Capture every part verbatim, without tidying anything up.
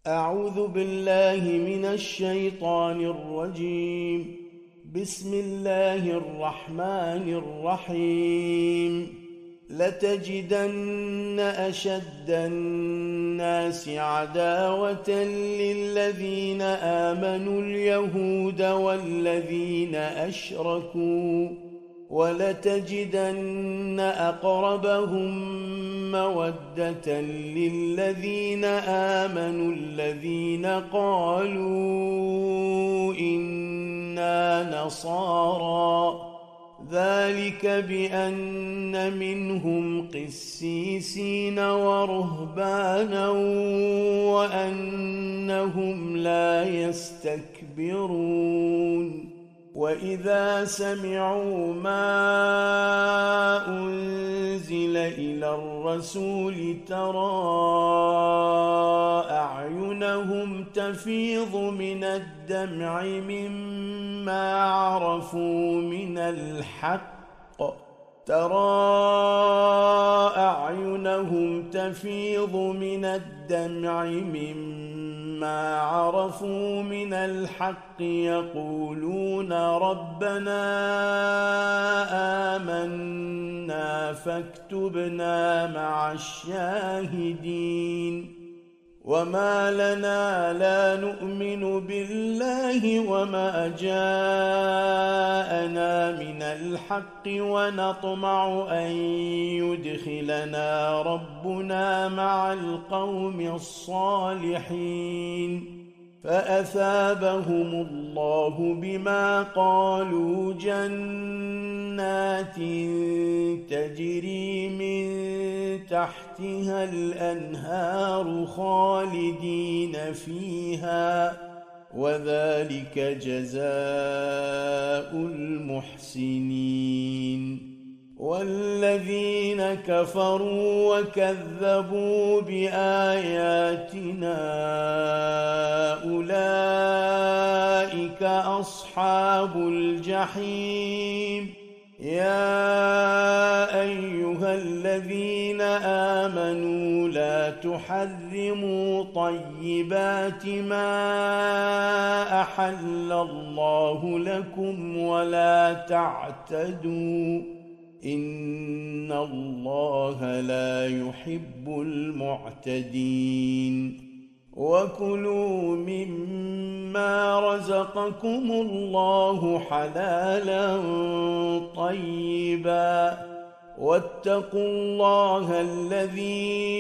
أعوذ بالله من الشيطان الرجيم. بسم الله الرحمن الرحيم. لتجدن أشد الناس عداوة للذين آمنوا اليهود والذين أشركوا، ولتجدن أقربهم مودة للذين آمنوا الذين قالوا إنا نصارى، ذلك بأن منهم قسيسين ورهبانا وأنهم لا يستكبرون. وإذا سمعوا ما أنزل إلى الرسول ترى أعينهم تفيض من الدمع مما عرفوا من الحق ترى أعينهم تفيض من الدمع مما عرفوا من الحق يقولون ربنا آمنا فاكتبنا مع الشاهدين. وما لنا لا نؤمن بالله وما جاءنا من الحق ونطمع أن يدخلنا ربنا مع القوم الصالحين، فأثابهم الله بما قالوا جنات تجري من تحتها الأنهار خالدين فيها، وذلك جزاء المحسنين. والذين كفروا وكذبوا بآياتنا أولئك أصحاب الجحيم. يا أيها الذين آمنوا لا تحرموا طيبات ما أحل الله لكم ولا تعتدوا، إن الله لا يحب المعتدين. وكلوا مما رزقكم الله حلالا طيبا، واتقوا الله الذي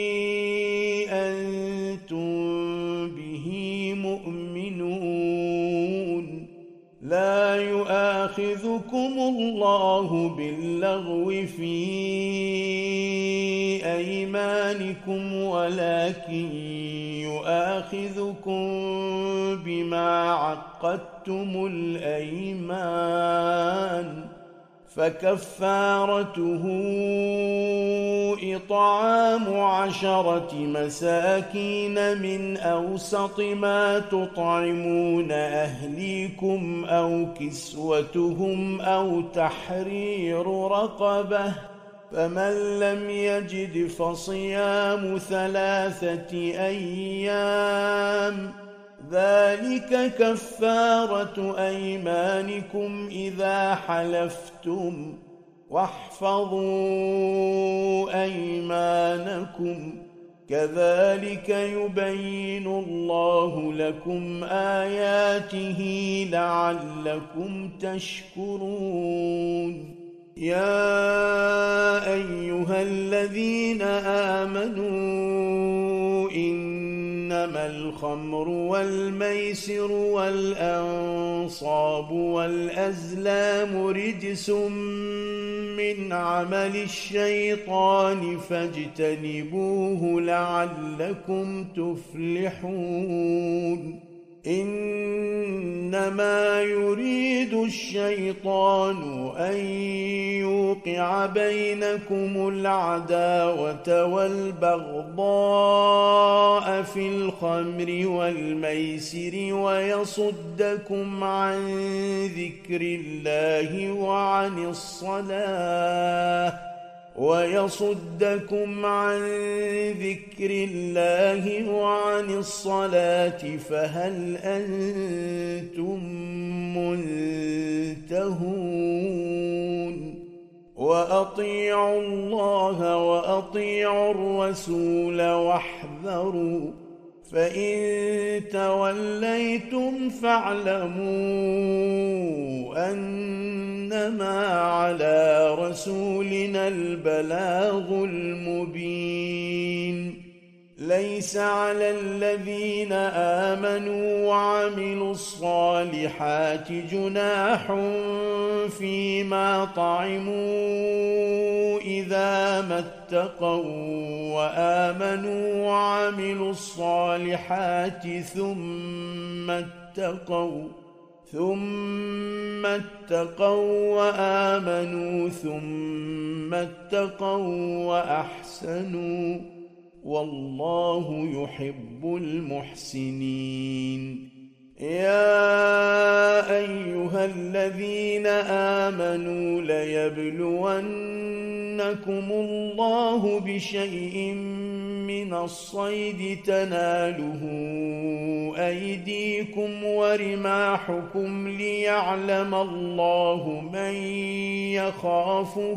أنتم به مؤمنون. لا يؤاخذكم الله باللغو في أيمانكم ولكن يؤاخذكم بما عقدتم الأيمان، فكفارته إطعام عشرة مساكين من أوسط ما تطعمون أهليكم أو كسوتهم أو تحرير رقبة، فمن لم يجد فصيام ثلاثة أيام، ذلك كفارة أيمانكم إذا حلفتم، واحفظوا أيمانكم، كذلك يبين الله لكم آياته لعلكم تشكرون. يا أيها الذين آمنوا إنما الخمر والميسر والأنصاب والأزلام رجس من عمل الشيطان فاجتنبوه لعلكم تفلحون. إنما يريد الشيطان أن يوقع بينكم العداوة والبغضاء في الخمر والميسر ويصدكم عن ذكر الله وعن الصلاة ويصدكم عن ذكر الله وعن الصلاة فهل أنتم منتهون وأطيعوا الله وأطيعوا الرسول واحذروا فإن توليتم فاعلموا أنما على رسولنا البلاغ المبين ليس على الذين آمنوا وعملوا الصالحات جناح فيما طعموا إذا ما اتقوا وآمنوا وعملوا الصالحات ثم اتقوا ثم اتقوا وآمنوا ثم اتقوا وأحسنوا والله يحب المحسنين يا أيها الذين آمنوا ليبلونكم الله بشيء من الصيد تناله أيديكم ورماحكم ليعلم الله من يخافه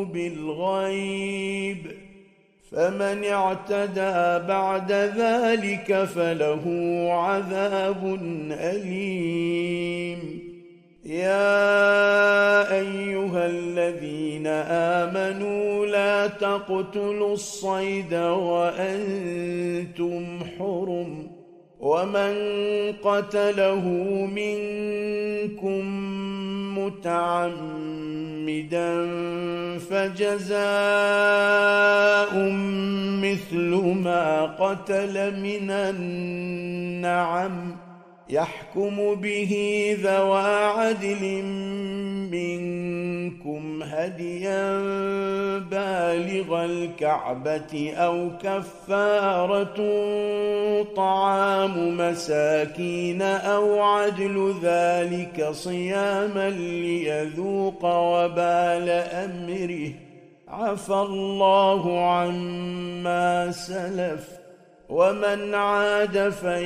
بالغيب فمن اعتدى بعد ذلك فله عذاب أليم يا أيها الذين آمنوا لا تقتلوا الصيد وأنتم حرم ومن قتله منكم متعمدا فجزاء مثل ما قتل من النعم يحكم به ذوى عدل منكم هديا بالغ الكعبة أو كفارة طعام مساكين أو عدل ذلك صياما ليذوق وبال أمره عفى الله عما سلف ومن عاد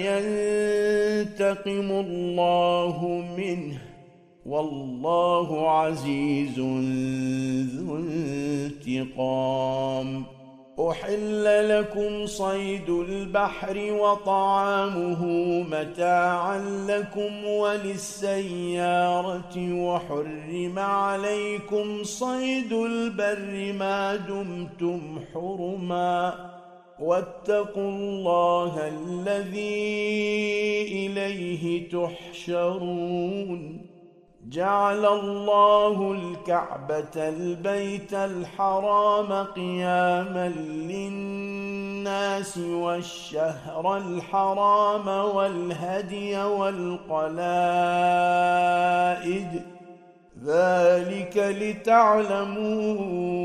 فينتقم الله منه والله عزيز ذو انتقام أحل لكم صيد البحر وطعامه متاعا لكم وللسيارة وحرم عليكم صيد البر ما دمتم حرما واتقوا الله الذي إليه تحشرون جعل الله الكعبة البيت الحرام قياما للناس والشهر الحرام والهدي والقلائد ذلك لتعلموا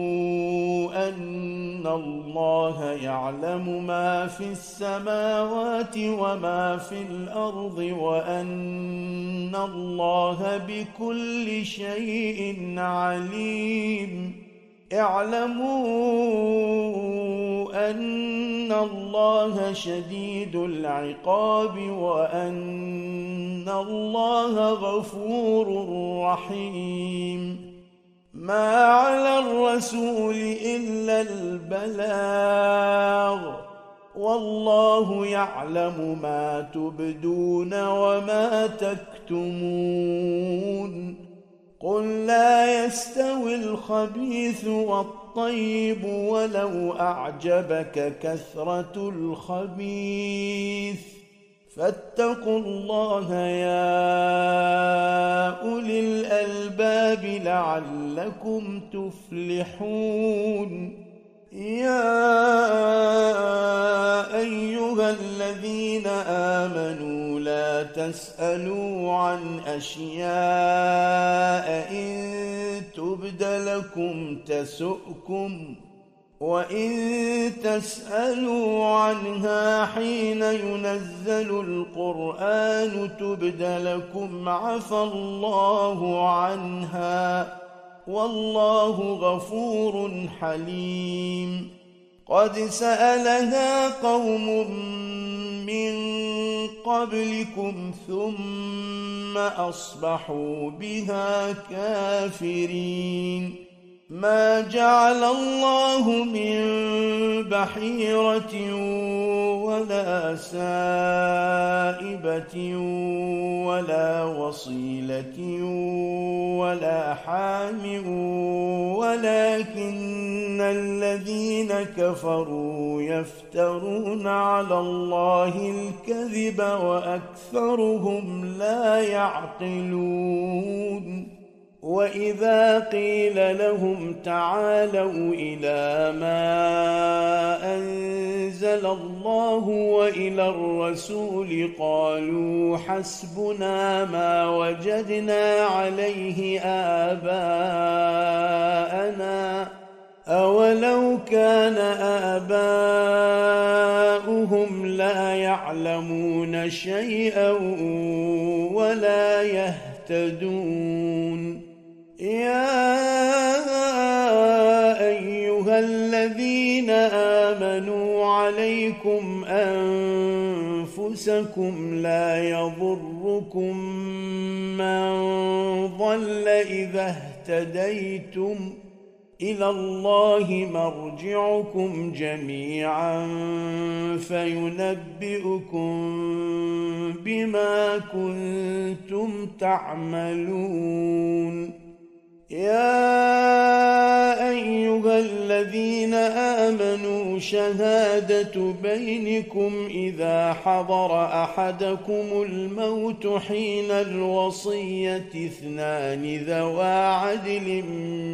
أن الله يعلم ما في السماوات وما في الأرض وأن الله بكل شيء عليم اعلموا أن الله شديد العقاب وأن الله غفور رحيم ما على الرسول إلا البلاغ والله يعلم ما تبدون وما تكتمون قل لا يستوي الخبيث والطيب ولو أعجبك كثرة الخبيث فاتقوا الله يا أولي الألباب لعلكم تفلحون يا أيها الذين آمنوا لا تسألوا عن أشياء إن تبد لكم تسؤكم وإن تسألوا عنها حين ينزل القرآن تبد لكم عفى الله عنها والله غفور حليم. قد سألها قوم من قبلكم ثم أصبحوا بها كافرين. ما جعل الله من بحيرة ولا سائبة ولا وصيلة ولا حام ولكن الذين كفروا يفترون على الله الكذب وأكثرهم لا يعقلون. وإذا قيل لهم تعالوا إلى ما أنزل الله وإلى الرسول قالوا حسبنا ما وجدنا عليه آباءنا أولو كان آباؤهم لا يعلمون شيئا ولا يهتدون. يا أيها الذين آمنوا عليكم أنفسكم لا يضركم من ضل إذا اهتديتم إلى الله مرجعكم جميعا فينبئكم بما كنتم تعملون. يا أيها الذين آمنوا شهادة بينكم إذا حضر أحدكم الموت حين الوصية اثنان ذوى عدل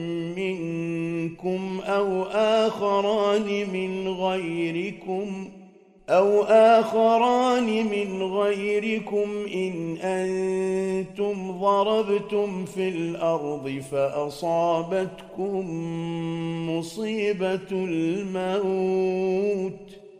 منكم أو آخران من غيركم أو آخران من غيركم إن أنتم ضربتم في الأرض فأصابتكم مصيبة الموت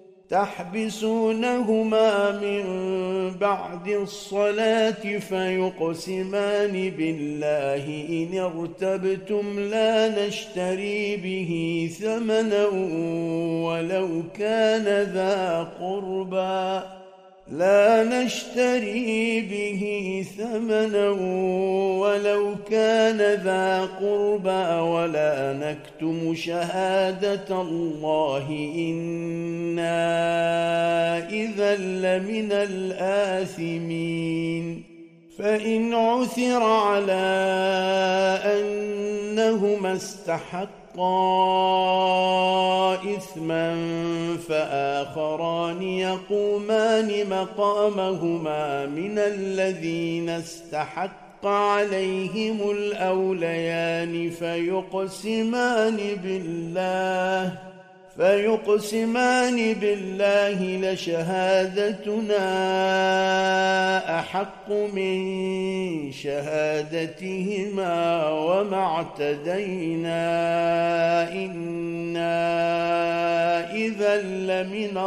تحبسونهما من بعد الصلاة فيقسمان بالله إن ارتبتم لا نشتري به ثمنا ولو كان ذا قربى لا نشتري به ثمنا ولو كان ذا قربى ولا نكتم شهادة الله إنا إذا لمن الآثمين. فإن عثر على أنهما استحقا إثما فآخران يقومان مقامهما من الذين استحق عليهم الأوليان فيقسمان بالله فيقسمان بالله لشهادتنا أحق من شهادتهما وما اعتدينا إنا إذا لمن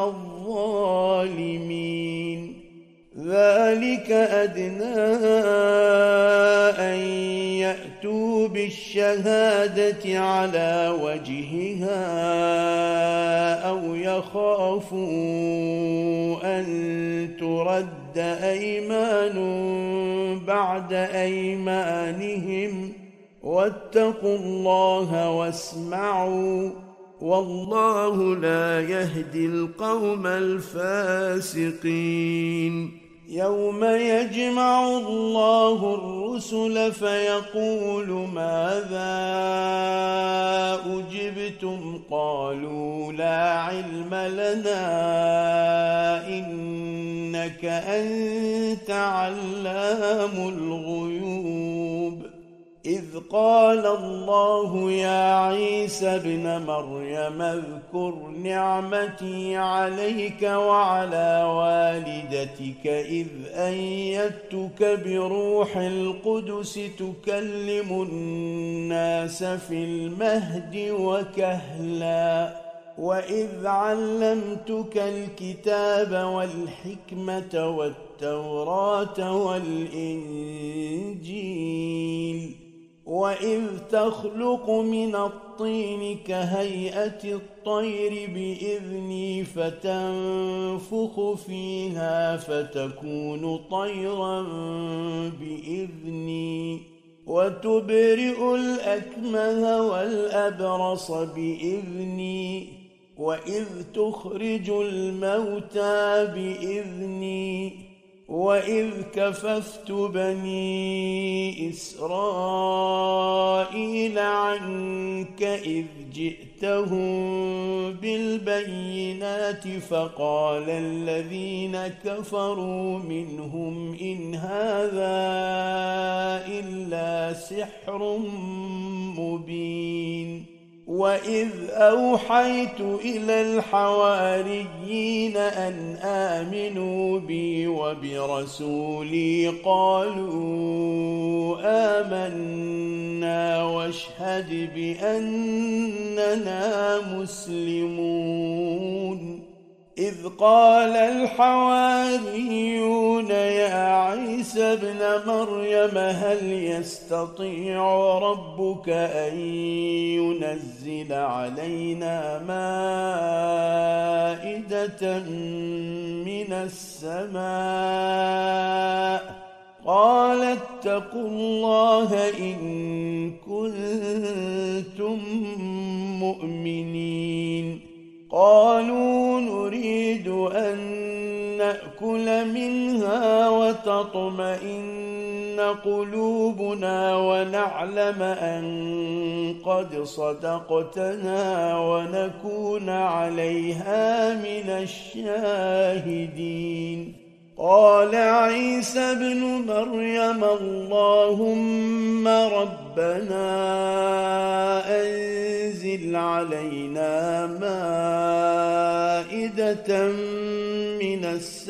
الظالمين. ذلك أدنى أن يأتوا بالشهادة على وجهها أو يخافوا أن ترد أيمان بعد أيمانهم واتقوا الله واسمعوا والله لا يهدي القوم الفاسقين. يوم يجمع الله الرسل فيقول ماذا أجبتم قالوا لا علم لنا إنك أنت علام الغيوب. إذ قال الله يا عيسى ابن مريم اذكر نعمتي عليك وعلى والدتك إذ أيدتك بروح القدس تكلم الناس في المهد وكهلا وإذ علمتك الكتاب والحكمة والتوراة والإنجيل وإذ تخلق من الطين كهيئة الطير بإذني فتنفخ فيها فتكون طيرا بإذني وتبرئ الأكمه والأبرص بإذني وإذ تخرج الموتى بإذني وإذ كففت بني إسرائيل عنك إذ جئتهم بالبينات فقال الذين كفروا منهم إن هذا إلا سحر مبين وإذ أوحيت إلى الحواريين أن آمنوا بي وبرسولي قالوا آمنا واشهد بأننا مسلمون إذ قال الحواريون يا عيسى ابن مريم هل يستطيع ربك أن ينزل علينا مائدة من السماء قال اتقوا الله إن كنتم مؤمنين قالوا نريد أن نأكل منها وتطمئن قلوبنا ونعلم أن قد صدقتنا ونكون عليها من الشاهدين قال عيسى ابن مريم اللهم ربنا أنزل علينا مائدة من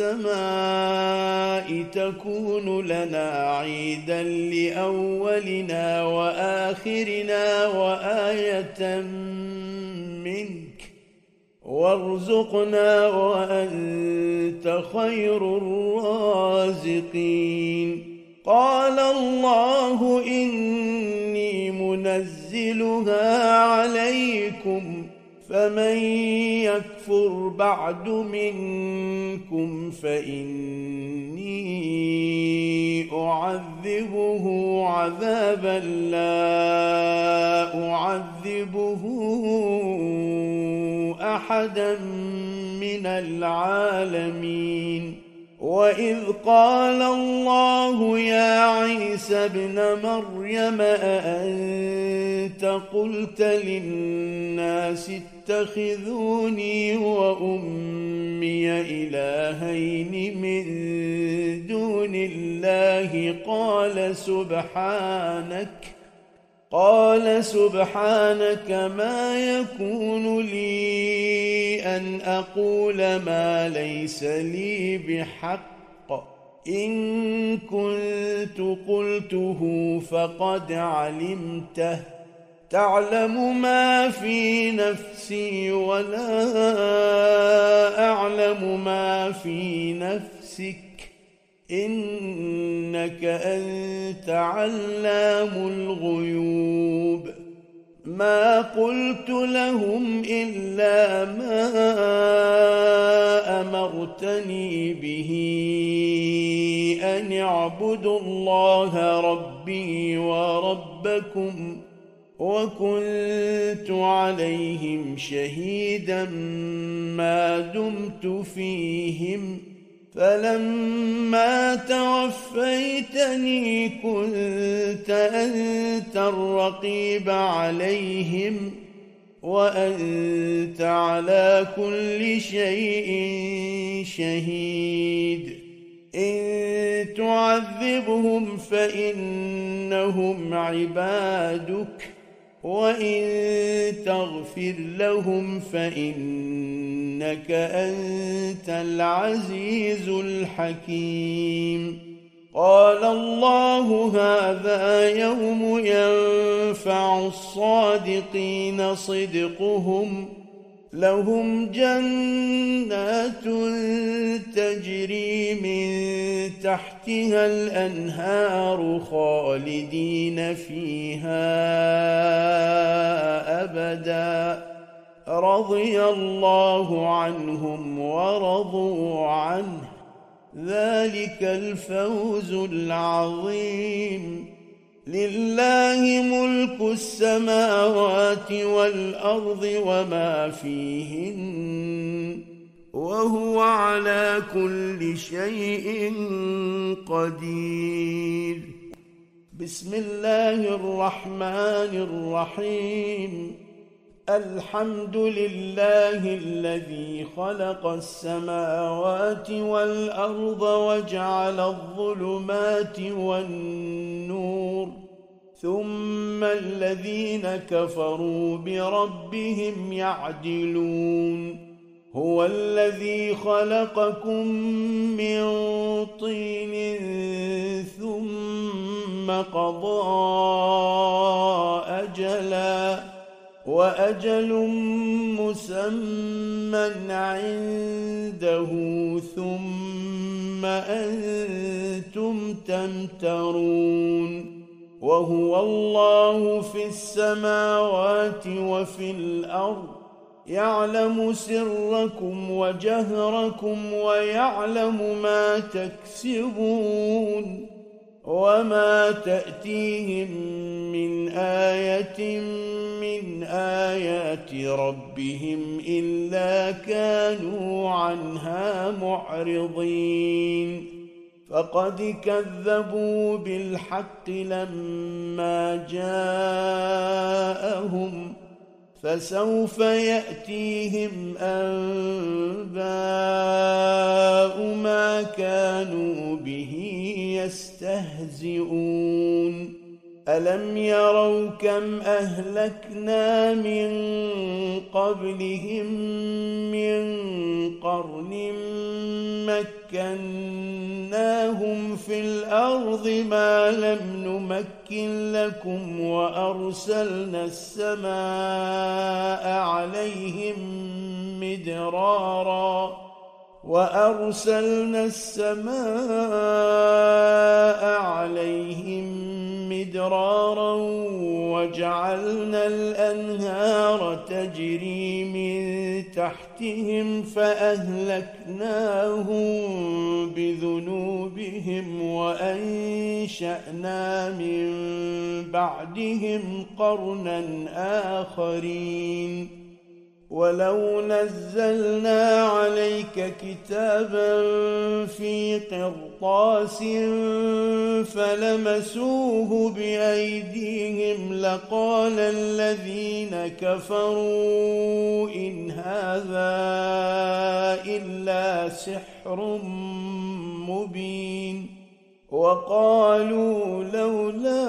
السماء تكون لنا عيدا لأولنا وآخرنا وآية منك وارزقنا وأنت خير الرازقين قال الله إني منزلها عليكم فمن يكفر بعد منكم فإني أعذبه عذابا لا أعذبه أحدا من العالمين وإذ قال الله يا عيسى ابن مريم أأنت قلت للناس اتخذوني وأمي إلهين من دون الله قال سبحانك قال سبحانك ما يكون لي أن أقول ما ليس لي بحق إن كنت قلته فقد علمته تعلم ما في نفسي ولا أعلم ما في نفسك إنك أنت علام الغيوب ما قلت لهم إلا ما أمرتني به أن اعبدوا الله ربي وربكم وكنت عليهم شهيدا ما دمت فيهم فلما توفيتني كنت أنت الرقيب عليهم وأنت على كل شيء شهيد إن تعذبهم فإنهم عبادك وإن تغفر لهم فإنك أنت العزيز الحكيم قال الله هذا يوم ينفع الصادقين صدقهم لهم جنات تجري من تحتها الأنهار خالدين فيها أبدا رضي الله عنهم ورضوا عنه ذلك الفوز العظيم لله ملك السماوات والأرض وما فيهن وهو على كل شيء قدير. بسم الله الرحمن الرحيم. الحمد لله الذي خلق السماوات والأرض وجعل الظلمات والنور ثم الذين كفروا بربهم يعدلون. هو الذي خلقكم من طين ثم قضى أجلا وأجل مسمى عنده ثم أنتم تمترون. وهو الله في السماوات وفي الأرض يعلم سركم وجهركم ويعلم ما تكسبون وما تأتيهم من آية من آيات ربهم إلا كانوا عنها معرضين. فقد كذبوا بالحق لما جاءهم فسوف يأتيهم أنباء ما كانوا به يستهزئون. ألم يروا كم أهلكنا من قبلهم من قرن مكناهم في الأرض ما لم نمكن لكم وأرسلنا السماء عليهم مدرارا وأرسلنا السماء عليهم مدرارا وجعلنا الأنهار تجري من تحتهم فأهلكناهم بذنوبهم وأنشأنا من بعدهم قرنا آخرين. ولو نزلنا عليك كتابا في قرطاس فلمسوه بأيديهم لقال الذين كفروا إن هذا إلا سحر مبين. وقالوا لولا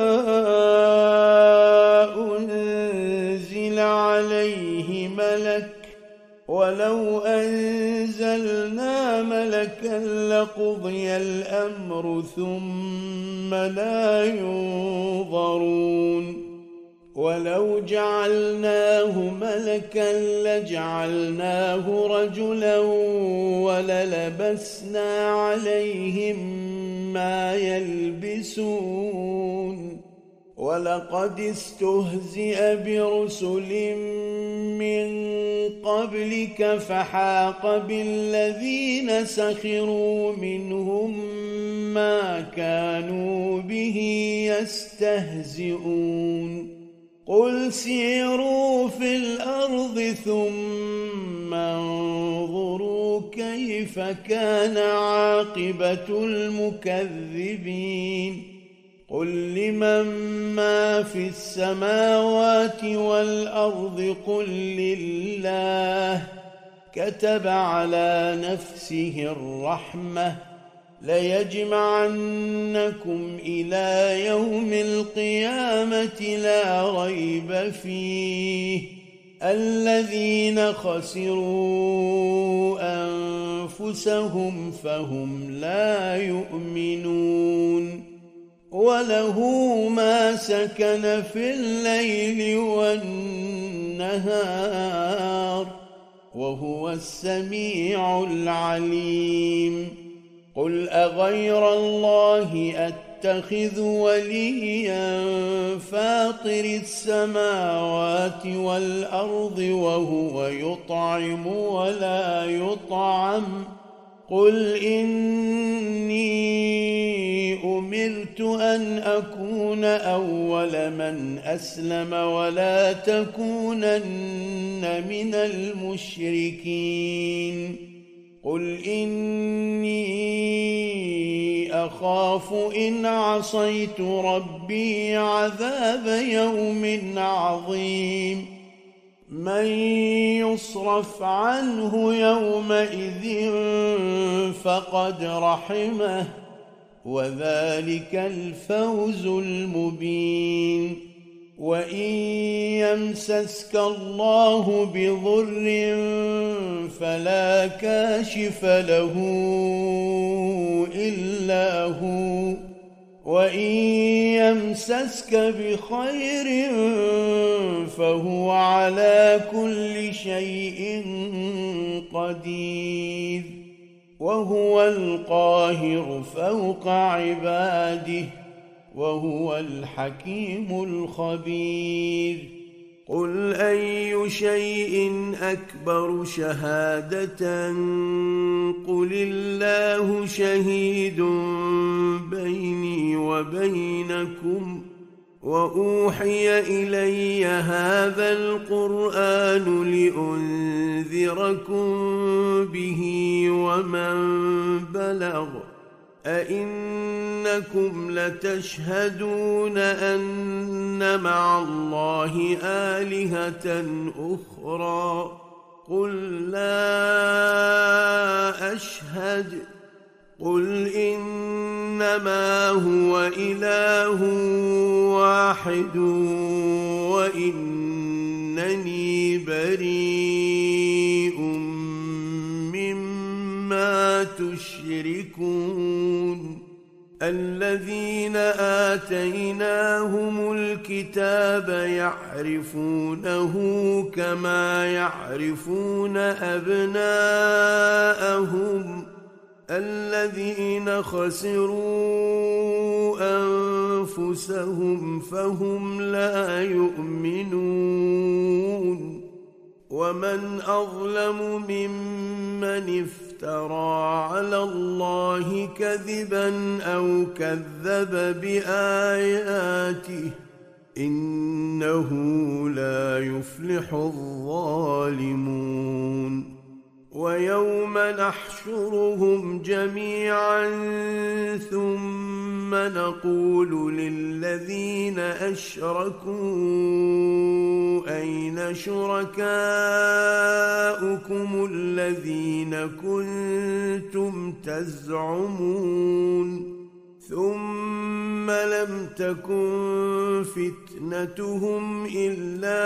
أنزل عليه ملك ولو أنزلنا ملكا لقضي الأمر ثم لا ينظرون. ولو جعلناه ملكا لجعلناه رجلا وللبسنا عليهم ما يلبسون. ولقد استهزئ برسل من قبلك فحاق بالذين سخروا منهم ما كانوا به يستهزئون. قل سيروا في الأرض ثم انظروا كيف كان عاقبة المكذبين. قل لمن ما في السماوات والأرض قل لله كتب على نفسه الرحمة ليجمعنكم إلى يوم القيامة لا ريب فيه الذين خسروا أنفسهم فهم لا يؤمنون. وله ما سكن في الليل والنهار وهو السميع العليم قل أغير الله أتخذ وليا فاطر السماوات والأرض وهو يطعم ولا يطعم قل إني أمرت أن أكون أول من أسلم ولا تكونن من المشركين قل إني أخاف إن عصيت ربي عذاب يوم عظيم من يصرف عنه يومئذ فقد رحمه وذلك الفوز المبين وإن يمسسك الله بضر فلا كاشف له إلا هو وإن يمسسك بخير فهو على كل شيء قدير وهو القاهر فوق عباده وهو الحكيم الخبير قل أي شيء أكبر شهادة قل الله شهيد بيني وبينكم وأوحي إلي هذا القرآن لأنذركم به ومن بلغ أئنكم لتشهدون أن مع الله آلهة أخرى قل لا أشهد قل إنما هو إله واحد وإنني بريء مما تشركون الذين آتيناهم الكتاب يعرفونه كما يعرفون أبناءهم الذين خسروا أنفسهم فهم لا يؤمنون ومن أظلم ممن افترى على الله كذبا أو كذب بآياته إنه لا يفلح الظالمون ويوم نحشرهم جميعا ثم نقول للذين أشركوا أين شركاؤكم الذين كنتم تزعمون ثم لم تكن فتنتهم إلا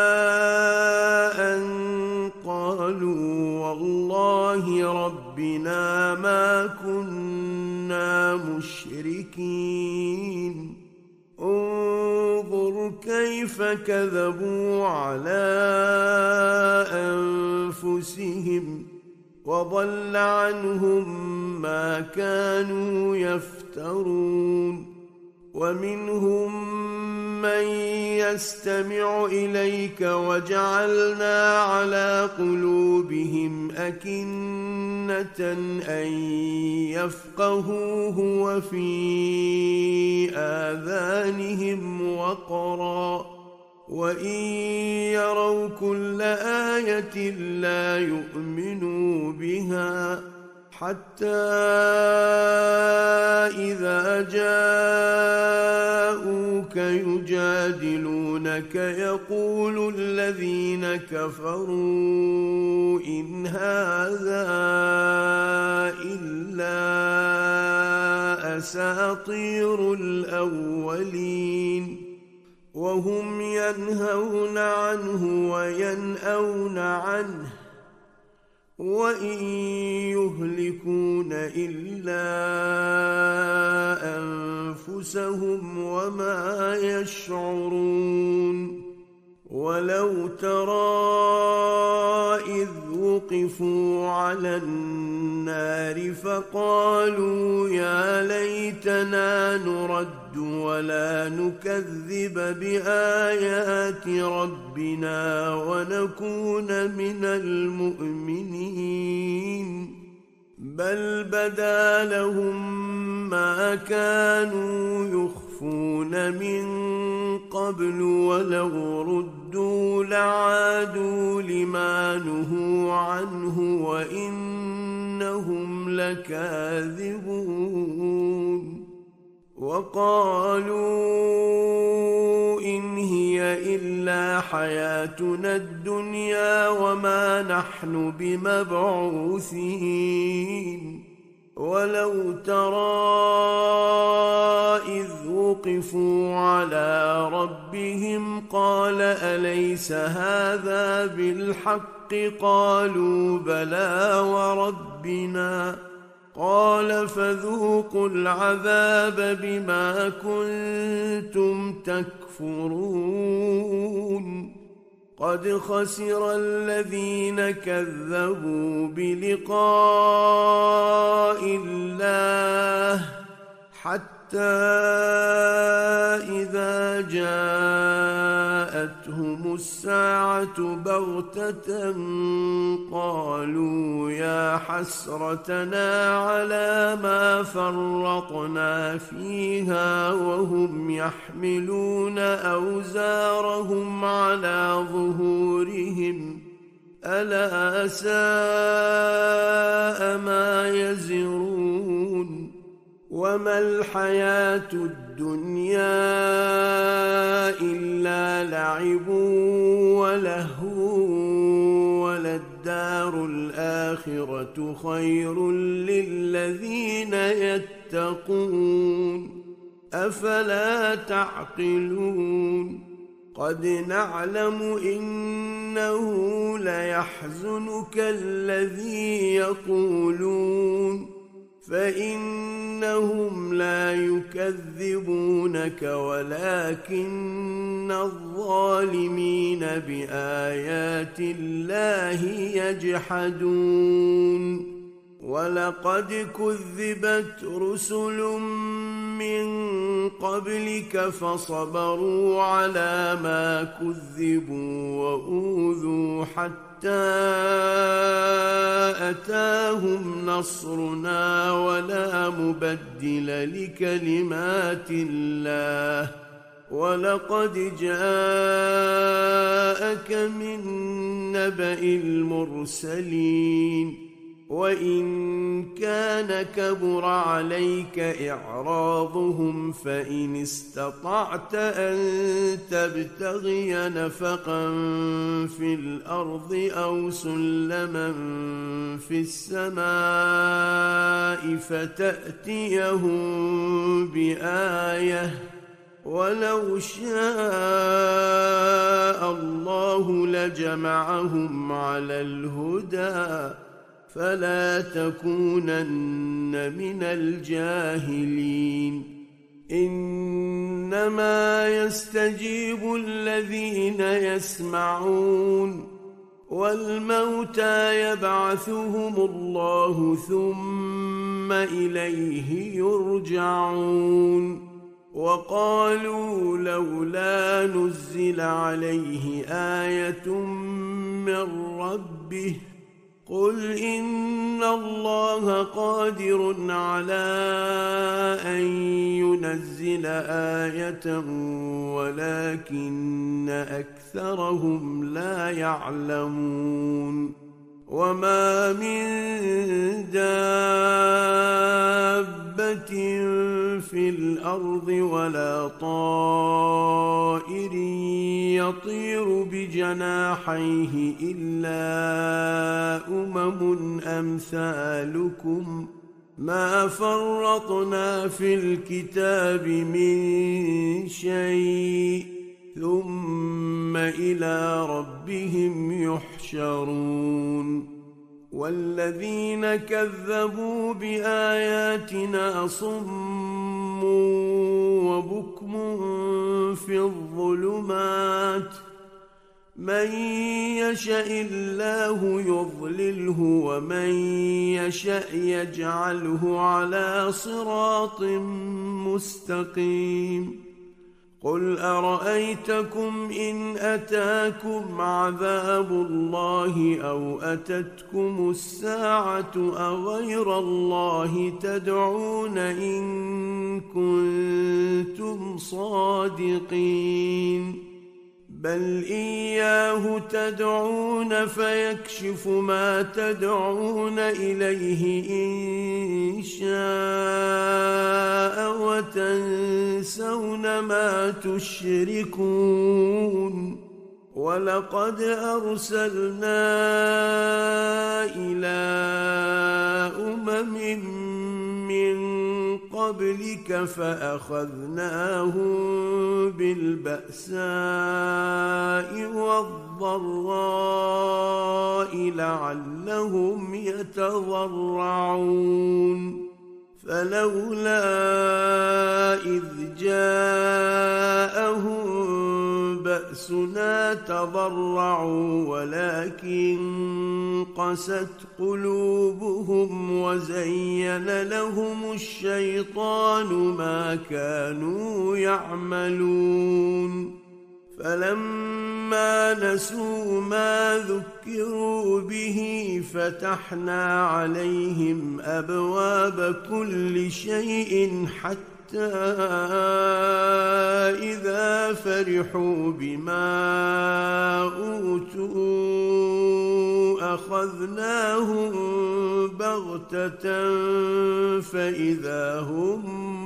أن قالوا والله ربنا ما كنا مشركين انظر كيف كذبوا على أنفسهم وضل عنهم ما كانوا يفترون ومنهم من يستمع إليك وجعلنا على قلوبهم أكنة أن يفقهوه وفي آذانهم وقرا وإن يروا كل آية لا يؤمنوا بها حتى إذا جاءوك يجادلونك يقول الذين كفروا إن هذا إلا أساطير الأولين وهم ينهون عنه وينأون عنه وإن يهلكون إلا أنفسهم وما يشعرون ولو ترى إذ وقفوا على النار فقالوا يا ليتنا نرد ولا نكذب بآيات ربنا ونكون من المؤمنين بل بدا لهم ما كانوا يخفون من قبل ولو ردوا لعادوا لما نهوا عنه وإنهم لكاذبون وقالوا إن هي إلا حياتنا الدنيا وما نحن بمبعوثين ولو ترى إذ وقفوا على ربهم قال أليس هذا بالحق قالوا بلى وربنا قال فذوقوا العذاب بما كنتم تكفرون قد خسر الذين كذبوا بلقاء الله حتى إذا جاءتهم الساعة بغتة قالوا يا حسرتنا على ما فرطنا فيها وهم يحملون أوزارهم على ظهورهم ألا ساء ما يزرون وما الحياة الدنيا إلا لعب ولهو وللدار الآخرة خير للذين يتقون أفلا تعقلون قد نعلم إنه ليحزنك الذي يقولون فإنهم لا يكذبونك ولكن الظالمين بآيات الله يجحدون ولقد كذبت رسل من قبلك فصبروا على ما كذبوا وأوذوا حتى أتاهم نصرنا ولا مبدل لكلمات الله ولقد جاءك من نبأ المرسلين وإن كان كبر عليك إعراضهم فإن استطعت أن تبتغي نفقا في الأرض أو سلما في السماء فتأتيهم بآية ولو شاء الله لجمعهم على الهدى فلا تكونن من الجاهلين إنما يستجيب الذين يسمعون والموتى يبعثهم الله ثم إليه يرجعون وقالوا لولا نزل عليه آية من ربه قل إن الله قادر على أن ينزل آية ولكن أكثرهم لا يعلمون وما من دابة في الأرض ولا طائر يطير بجناحيه إلا أمم أمثالكم ما فرطنا في الكتاب من شيء ثم إلى ربهم يحشرون والذين كذبوا بآياتنا صم وبكم في الظلمات من يشاء الله يضلله ومن يشاء يجعله على صراط مستقيم. قل أرأيتكم إن أتاكم عذاب الله أو أتتكم الساعة أغير الله تدعون إن كنتم صادقين. بل إياه تدعون فيكشف ما تدعون إليه إن شاء وتنسون ما تشركون. ولقد أرسلنا إلى أمم من قبلك فأخذناهم بالبأساء والضراء لعلهم يتضرعون. فلولا إذ جاءهم بأسنا تضرعوا ولكن قست قلوبهم وزين لهم الشيطان ما كانوا يعملون. فلما نسوا ما ذكروا به فتحنا عليهم أبواب كل شيء حتى إذا فرحوا بما أوتوا أخذناهم بغتة فإذا هم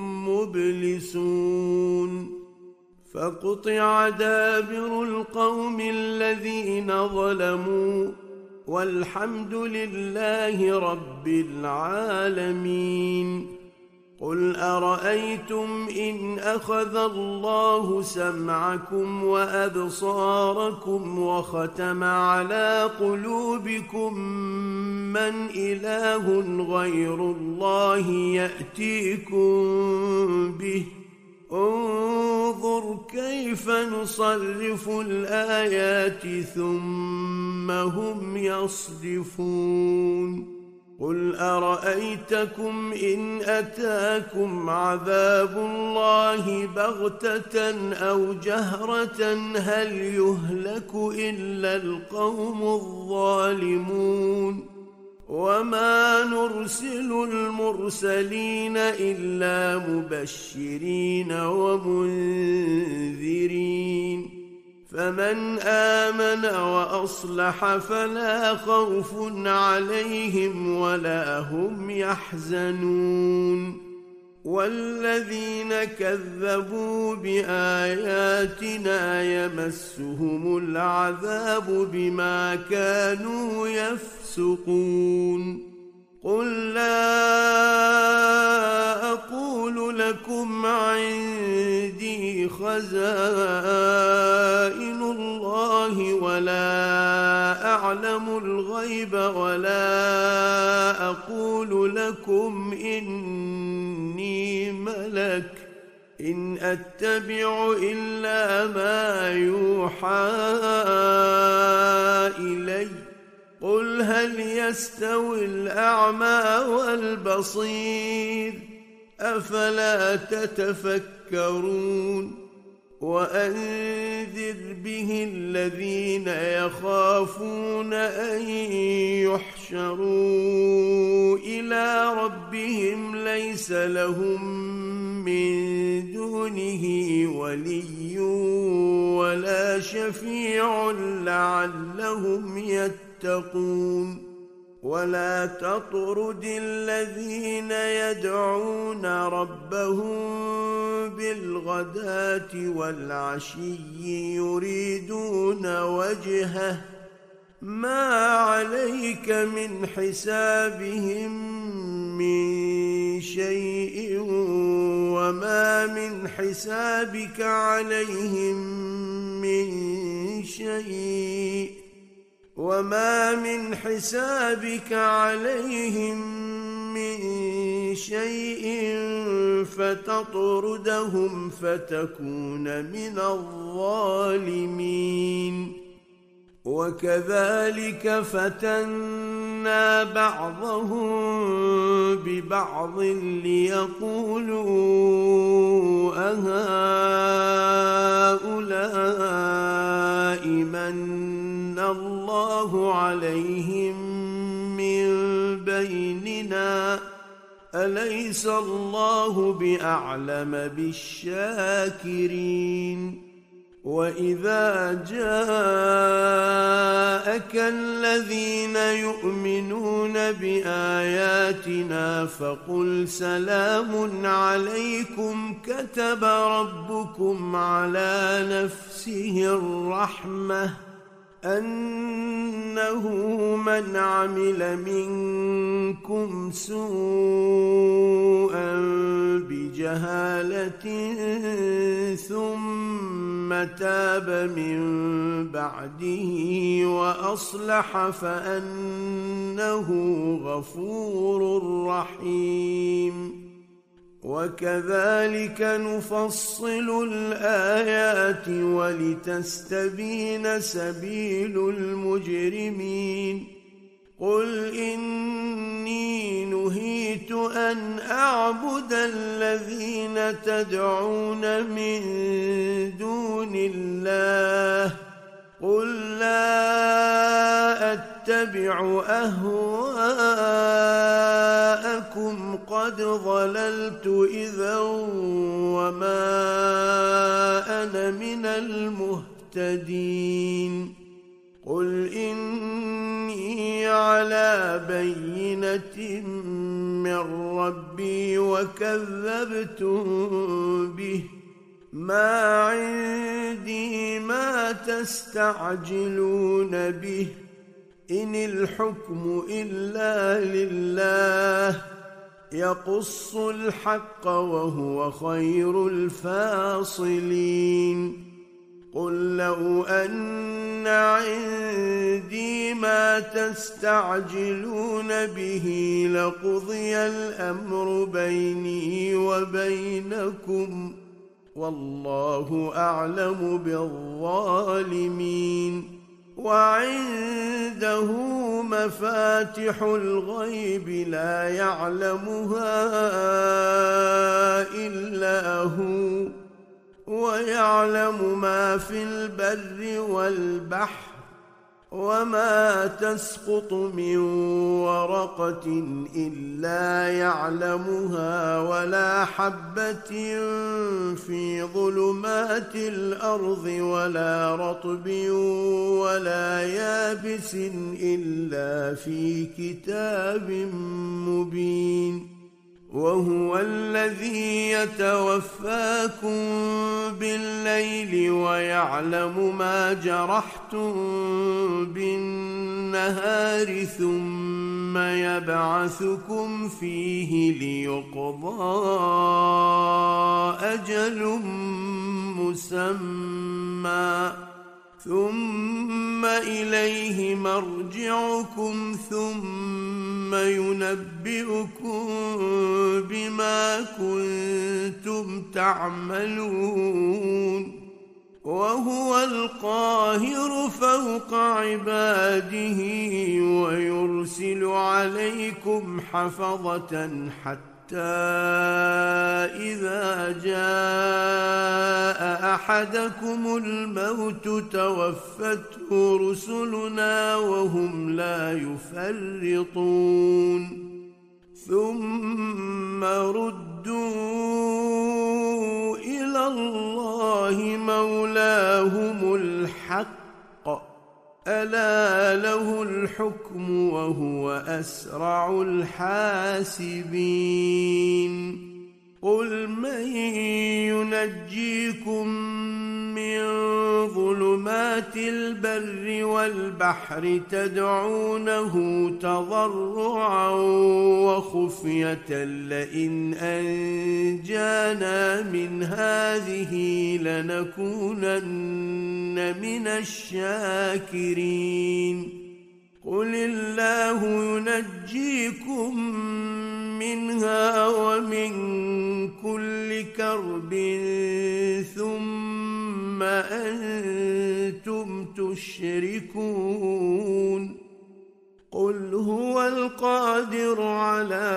مبلسون. فقطع دابر القوم الذين ظلموا والحمد لله رب العالمين. قل أرأيتم إن أخذ الله سمعكم وأبصاركم وختم على قلوبكم من إله غير الله يأتيكم به. انظر كيف نصرف الآيات ثم هم يصدفون. قل أرأيتكم إن أتاكم عذاب الله بغتة أو جهرة هل يهلك إلا القوم الظالمون. وما نرسل المرسلين إلا مبشرين ومنذرين. فمن آمن وأصلح فلا خوف عليهم ولا هم يحزنون. والذين كذبوا بآياتنا يمسهم العذاب بما كانوا يفسقون. قل لا أقول لكم عندي خزائن الله ولا أعلم الغيب ولا أقول لكم إني ملك إن أتبع إلا ما يوحى إلي. قل هل يستوي الأعمى والبصير أفلا تتفكرون. وأنذر به الذين يخافون أن يحشروا إلى ربهم ليس لهم من دونه ولي ولا شفيع لعلهم يتقون. ولا تطرد الذين يدعون ربهم بالغداة والعشي يريدون وجهه ما عليك من حسابهم من شيء وما من حسابك عليهم من شيء وما من حسابك عليهم من شيء فتطردهم فتكون من الظالمين. وكذلك فتنا بعضهم ببعض ليقولوا أهؤلاء من الله عليهم من بيننا أليس الله بأعلم بالشاكرين وإذا جاءك الذين يؤمنون بآياتنا فقل سلام عليكم كتب ربكم على نفسه الرحمة أنه من عمل منكم سوءا بجهالة ثم تاب من بعده وأصلح فأنه غفور رحيم وكذلك نفصل الآيات ولتستبين سبيل المجرمين قل إني نهيت أن أعبد الذين تدعون من دون الله قل لا أتبع أهواءكم قد ضللت إذا وما أنا من المهتدين قل إني على بينة من ربي وكذبتم به ما عندي ما تستعجلون به إن الحكم إلا لله يقص الحق وهو خير الفاصلين قل لو أن عندي ما تستعجلون به لقضي الأمر بيني وبينكم والله أعلم بالظالمين وعنده مفاتح الغيب لا يعلمها إلا هو ويعلم ما في البر والبحر وما تسقط من ورقة إلا يعلمها ولا حبة في ظلمات الأرض ولا رطب ولا يابس إلا في كتاب مبين وهو الذي يتوفاكم بالليل ويعلم ما جرحتم بالنهار ثم يبعثكم فيه ليقضى أجل مسمى ثم إليه مرجعكم ثم ينبئكم بما كنتم تعملون وهو القاهر فوق عباده ويرسل عليكم حفظة حتى إذا جاء أحدكم الموت توفته رسلنا وهم لا يفرطون ثم ردوا إلى الله مولاهم الحق ألا له الحكم وهو أسرع الحاسبين قل من ينجيكم من ظلمات البر والبحر تدعونه تضرعا وخفية لئن أنجانا من هذه لنكونن من الشاكرين قل الله ينجيكم منها ومن كل كرب ثم أنتم تشركون تشركون قل هو القادر على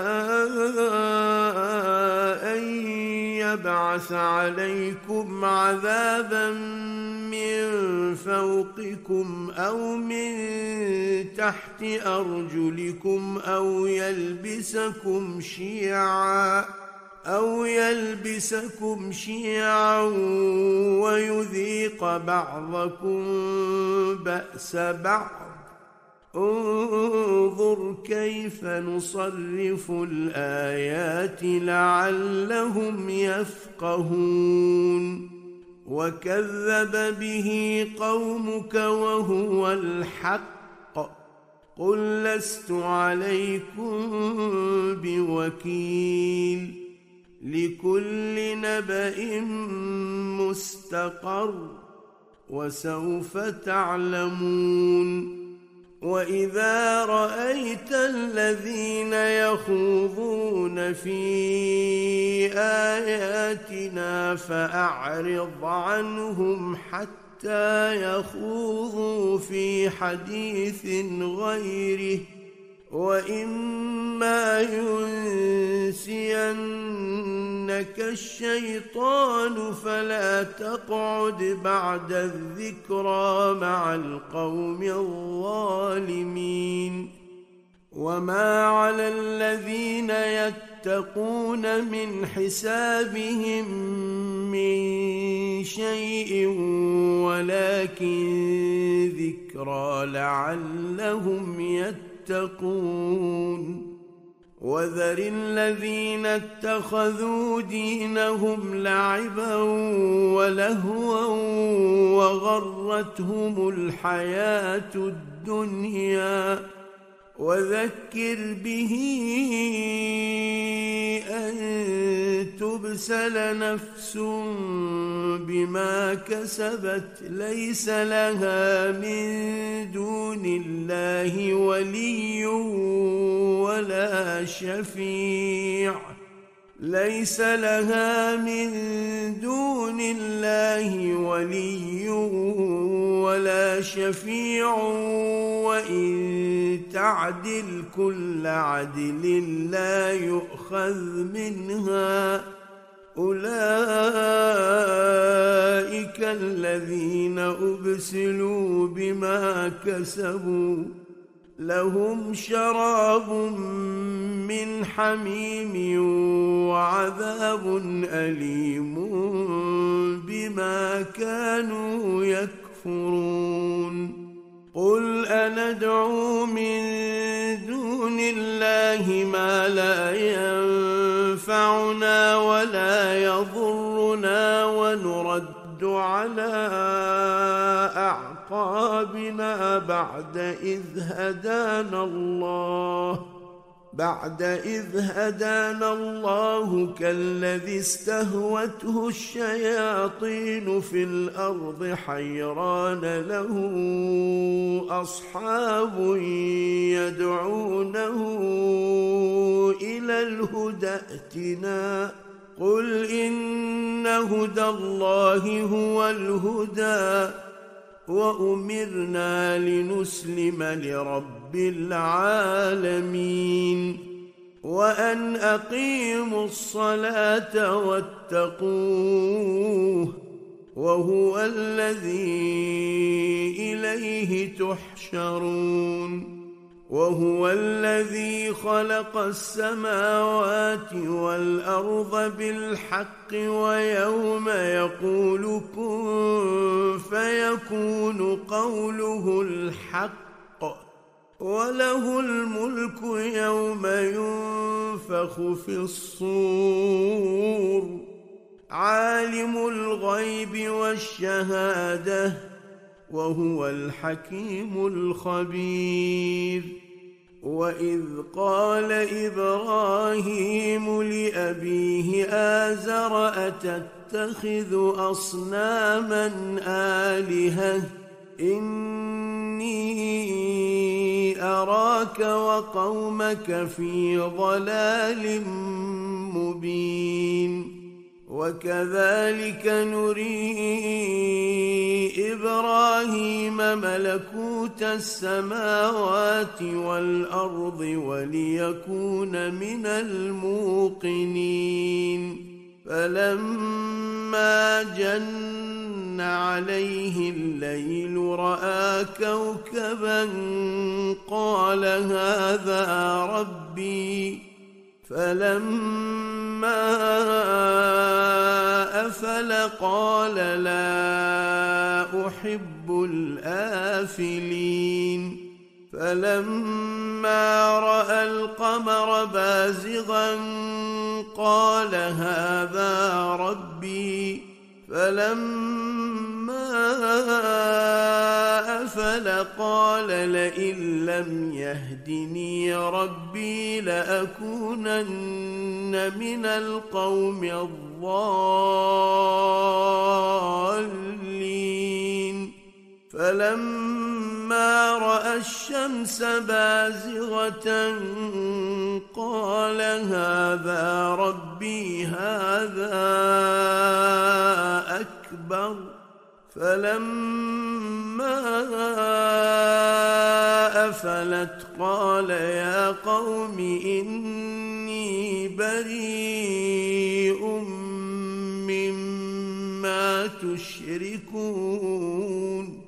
أن يبعث عليكم عذابا من فوقكم أو من تحت أرجلكم أو يلبسكم شيعا أو يلبسكم شيعا ويذيق بعضكم بأس بعض انظر كيف نصرف الآيات لعلهم يفقهون وكذب به قومك وهو الحق قل لست عليكم بوكيل لكل نبأ مستقر وسوف تعلمون وإذا رأيت الذين يخوضون في آياتنا فأعرض عنهم حتى يخوضوا في حديث غيره وإما ينسينك الشيطان فلا تقعد بعد الذكرى مع القوم الظالمين وما على الذين يتقون من حسابهم من شيء ولكن ذكرى لعلهم يتقون يتقون وذر الذين اتخذوا دينهم لعبا ولهوا وغرتهم الحياة الدنيا وذكر به أن تبسل نفس بما كسبت ليس لها من دون الله ولي ولا شفيع ليس لها من دون الله ولي ولا شفيع وإن تعدل كل عدل لا يؤخذ منها أولئك الذين أبسلوا بما كسبوا لهم شراب من حميم وعذاب أليم بما كانوا يكفرون قل أندعو من دون الله ما لا ينفعنا ولا يضرنا ونرد على أعقابنا بعد إذ هدانا الله بعد إذ هدانا الله كالذي استهوته الشياطين في الأرض حيران له أصحاب يدعونه إلى الهدى ائتنا قل إن هدى الله هو الهدى وأمرنا لنسلم لرب العالمين وأن أقيموا الصلاة واتقوه وهو الذي إليه تحشرون وهو الذي خلق السماوات والأرض بالحق ويوم يقول كن فيكون قوله الحق وله الملك يوم ينفخ في الصور عالم الغيب والشهادة وهو الحكيم الخبير وإذ قال إبراهيم لأبيه آزر أتتخذ أصناما آلهة إني أراك وقومك في ضلال مبين وكذلك نري إبراهيم ملكوت السماوات والأرض وليكون من الموقنين فلما جن عليه الليل رأى كوكبا قال هذا ربي فلما أفل قال لا أحب الآفلين فلما رأى القمر بازغا قال هذا ربي فلما أفل قال لئن لم يهدني ربي لأكونن من القوم الضالين فلما رأى الشمس بازغة قال هذا ربي هذا أكبر فلما أفلت قال يا قوم إني بريء مما تشركون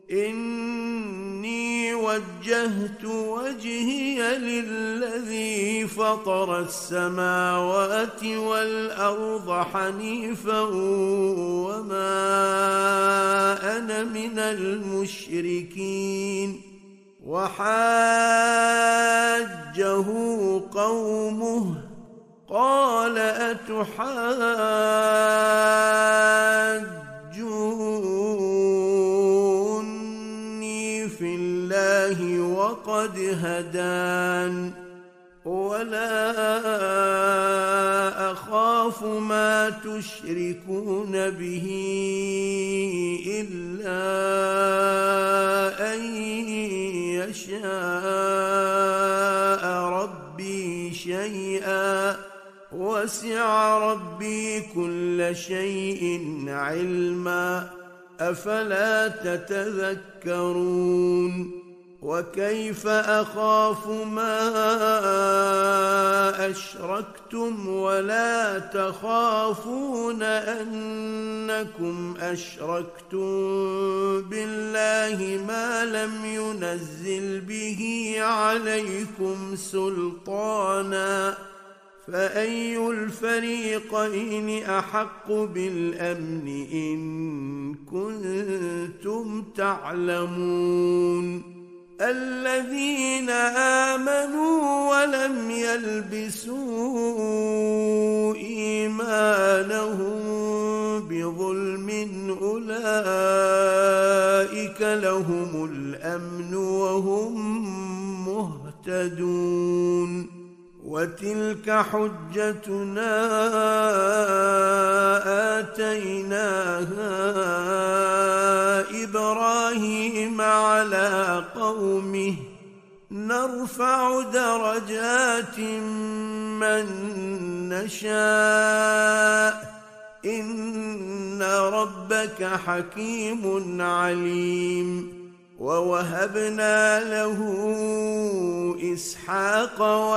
إني وجهت وجهي للذي فطر السماوات والأرض حنيفا وما أنا من المشركين وحاجه قومه قال أتحاجوني في الله وقد هدان ولا أخاف ما تشركون به إلا أن يشاء ربي شيئا وسع ربي كل شيء علما أفلا تتذكرون وكيف أخاف ما أشركتم ولا تخافون أنكم أشركتم بالله ما لم ينزل به عليكم سلطانا فأي الفريقين أحق بالأمن إن كنتم تعلمون الذين آمنوا ولم يلبسوا إيمانهم بظلم أولئك لهم الأمن وهم مهتدون وتلك حجتنا آتيناها إبراهيم على قومه نرفع درجات من نشاء إن ربك حكيم عليم ووهبنا له إسحاق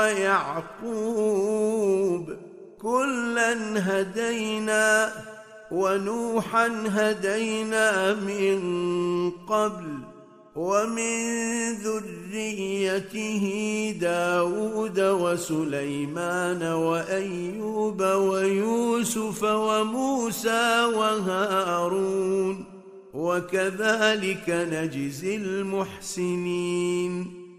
ويعقوب كلا هدينا ونوحا هدينا من قبل ومن ذريته داود وسليمان وأيوب ويوسف وموسى وهارون وكذلك نجزي المحسنين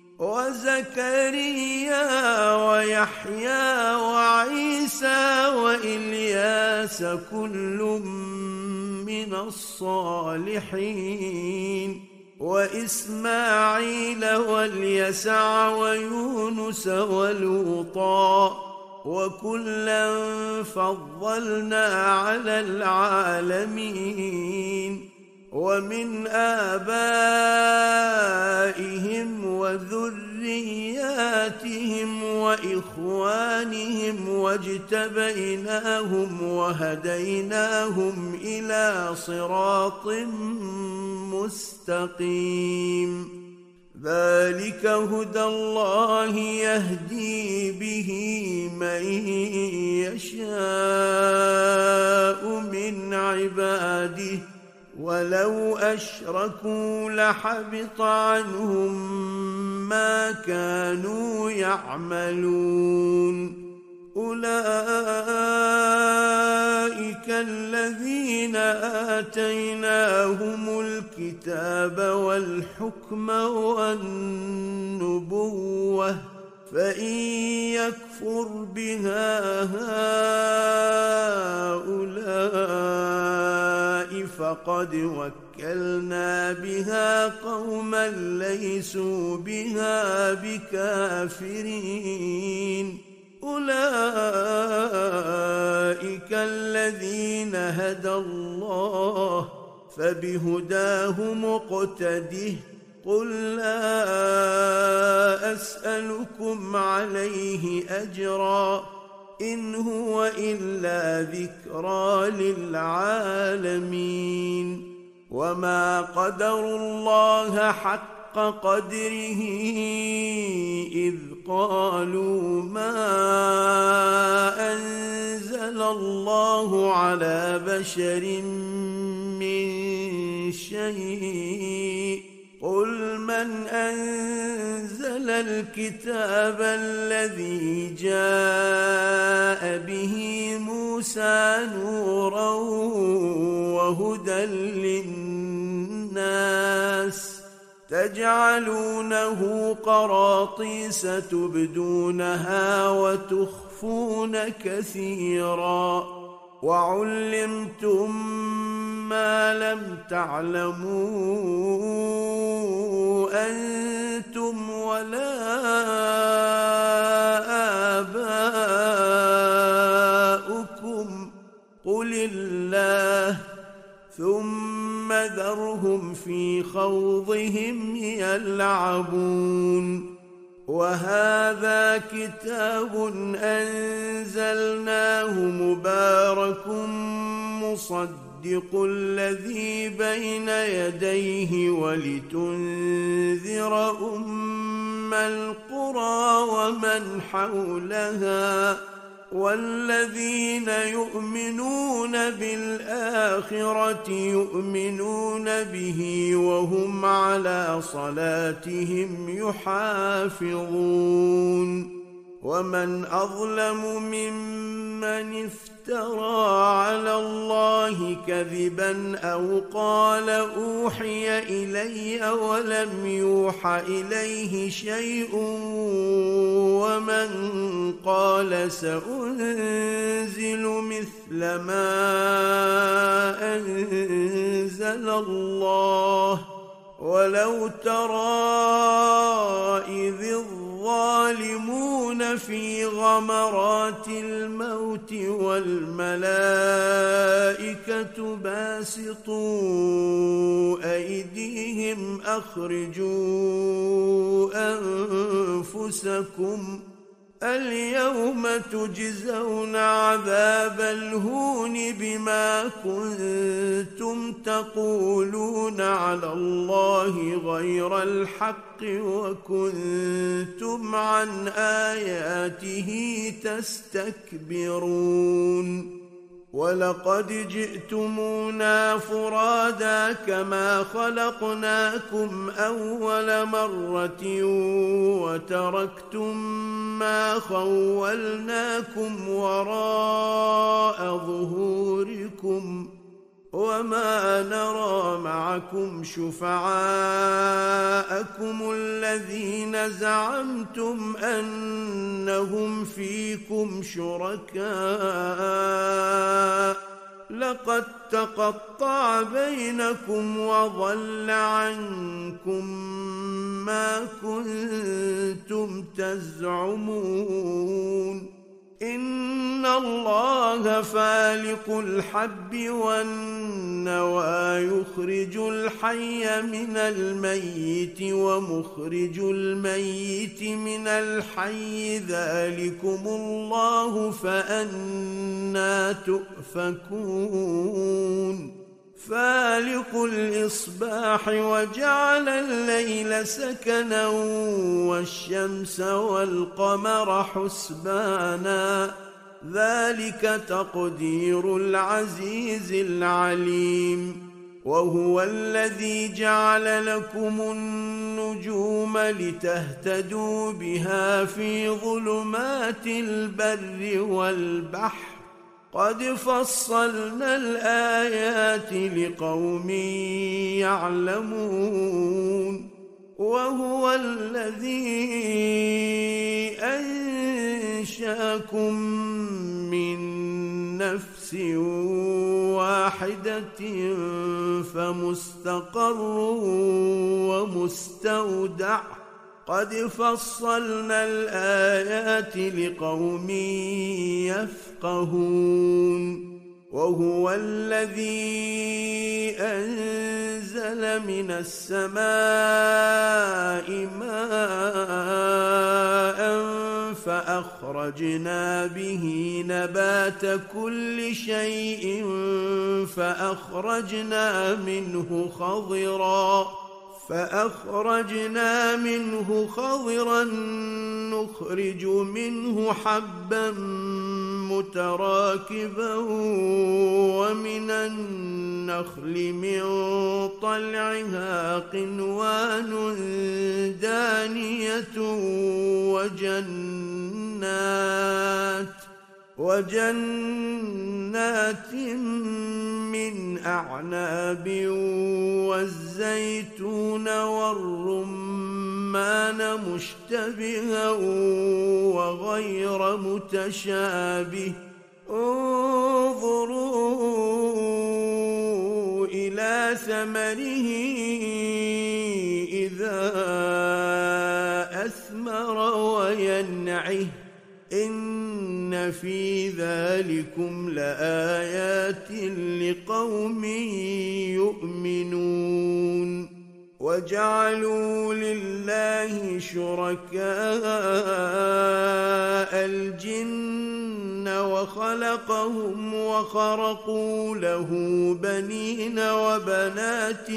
وزكريا ويحيى وعيسى وإلياس كل من الصالحين وإسماعيل واليسع ويونس ولوطا وكلا فضلنا على العالمين ومن آبائهم وذريتهم ذرياتهم وإخوانهم واجتبيناهم وهديناهم إلى صراط مستقيم ذلك هدى الله يهدي به من يشاء من عباده ولو أشركوا لحبط عنهم ما كانوا يعملون أولئك الذين آتيناهم الكتاب والحكم والنبوة فإن يكفر بها هؤلاء فقد وكلنا بها قوما ليسوا بها بكافرين أولئك الذين هدى الله فبهداه مقتده قل لا أسألكم عليه أجرا إن هو إلا ذكرى للعالمين وما قدروا الله حق قدره إذ قالوا ما أنزل الله على بشر من شيء قل من أنزل الكتاب الذي جاء به موسى نورا وهدى للناس تجعلونه قراطيس تبدونها وتخفون كثيرا وعلمتم ما لم تعلموا أنتم ولا آباؤكم قل الله ثم ذرهم في خوضهم يلعبون وهذا كتاب أنزلناه مبارك مصدق الذي بين يديه ولتنذر أم القرى ومن حولها والذين يؤمنون بالآخرة يؤمنون به وهم على صلاتهم يحافظون ومن أظلم ممن افترى على الله كذبا أو قال أوحي إلي ولم يوح إليه شيء ومن قال سأنزل مثل ما أنزل الله ولو ترى إذ الظالمون في غمرات الموت والملائكة باسطوا أيديهم أخرجوا أنفسكم اليوم تجزون عذاب الهون بما كنتم تقولون على الله غير الحق وكنتم عن آياته تستكبرون ولقد جئتمونا فرادا كما خلقناكم أول مرة وتركتم ما خولناكم وراء ظهوركم وما نرى معكم شفعاءكم الذين زعمتم أنهم فيكم شركاء لقد تقطع بينكم وضل عنكم ما كنتم تزعمون إن الله فالق الحب والنوى يخرج الحي من الميت ومخرج الميت من الحي ذلكم الله فأنى تؤفكون فالق الإصباح وجعل الليل سكنا والشمس والقمر حسبانا ذلك تقدير العزيز العليم وهو الذي جعل لكم النجوم لتهتدوا بها في ظلمات البر والبحر قد فصلنا الآيات لقوم يعلمون وهو الذي أنشأكم من نفس واحدة فمستقر ومستودع قد فصلنا الآيات لقوم يفقهون وهو الذي أنزل من السماء ماء فأخرجنا به نبات كل شيء فأخرجنا منه خضراً فأخرجنا منه خضرا نخرج منه حبا متراكبا ومن النخل من طلعها قنوان دانية وجنات وجنات من أعناب والزيتون والرمان مشتبها وغير متشابه انظروا إلى ثمره إذا أثمر وينعه إن في ذلكم لآيات لقوم يؤمنون وجعلوا لله شركاء الجن وخلقهم وخرقوا له بنين وبنات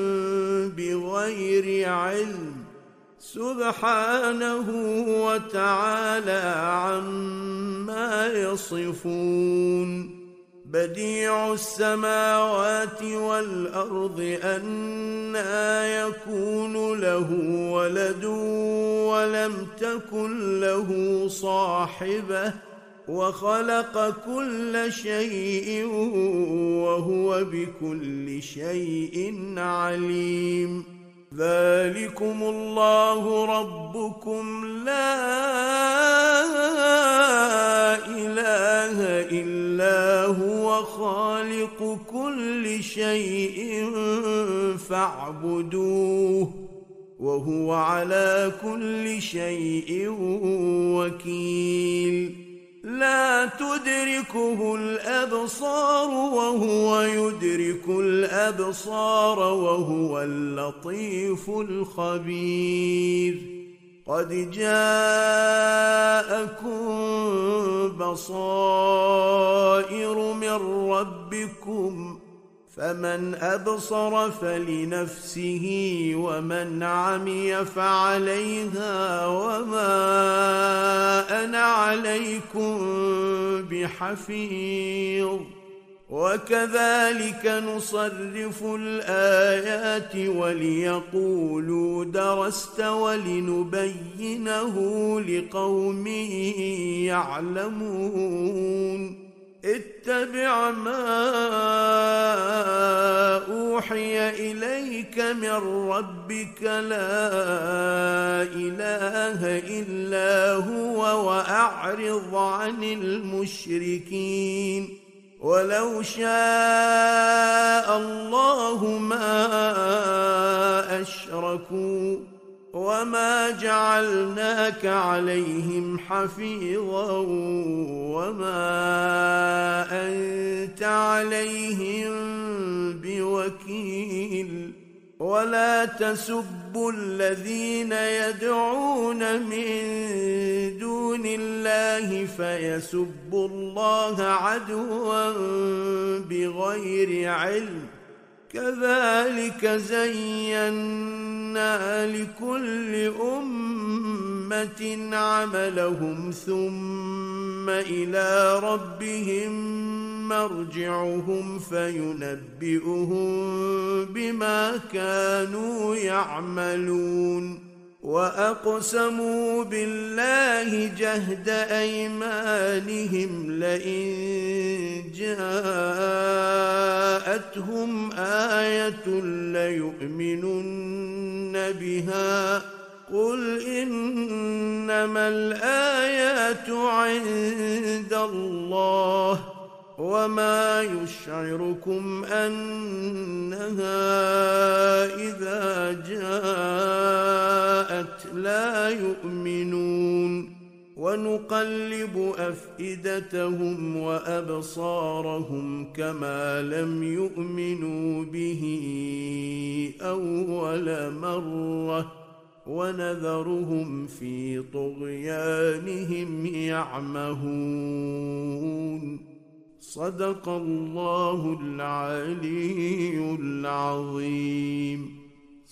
بغير علم سبحانه وتعالى عما يصفون بديع السماوات والأرض أنى يكون له ولد ولم تكن له صاحبة وخلق كل شيء وهو بكل شيء عليم ذلكم الله ربكم لا إله إلا هو خالق كل شيء فاعبدوه وهو على كل شيء وكيل لا تدركه الأبصار وهو يدرك الأبصار وهو اللطيف الخبير قد جاءكم بصائر من ربكم فمن أبصر فلنفسه ومن عمي فعليها وما أنا عليكم بحفيظ وكذلك نصرف الآيات وليقولوا درست ولنبينه لقوم يعلمون اتبع ما أوحي إليك من ربك لا إله إلا هو وأعرض عن المشركين ولو شاء الله ما أشركوا وما جعلناك عليهم حفيظا وما أنت عليهم بوكيل ولا تسبوا الذين يدعون من دون الله فيسبوا الله عدوا بغير علم كذلك زينا لكل أمة عملهم ثم إلى ربهم مرجعهم فينبئهم بما كانوا يعملون وأقسموا بالله جهد أيمانهم لئن جاءتهم آية ليؤمنن بها قل إنما الآيات عند الله وما يشعركم أنها إذا جاءت لا يؤمنون ونقلب أفئدتهم وأبصارهم كما لم يؤمنوا به أول مرة ونذرهم في طغيانهم يعمهون صدق الله العلي العظيم.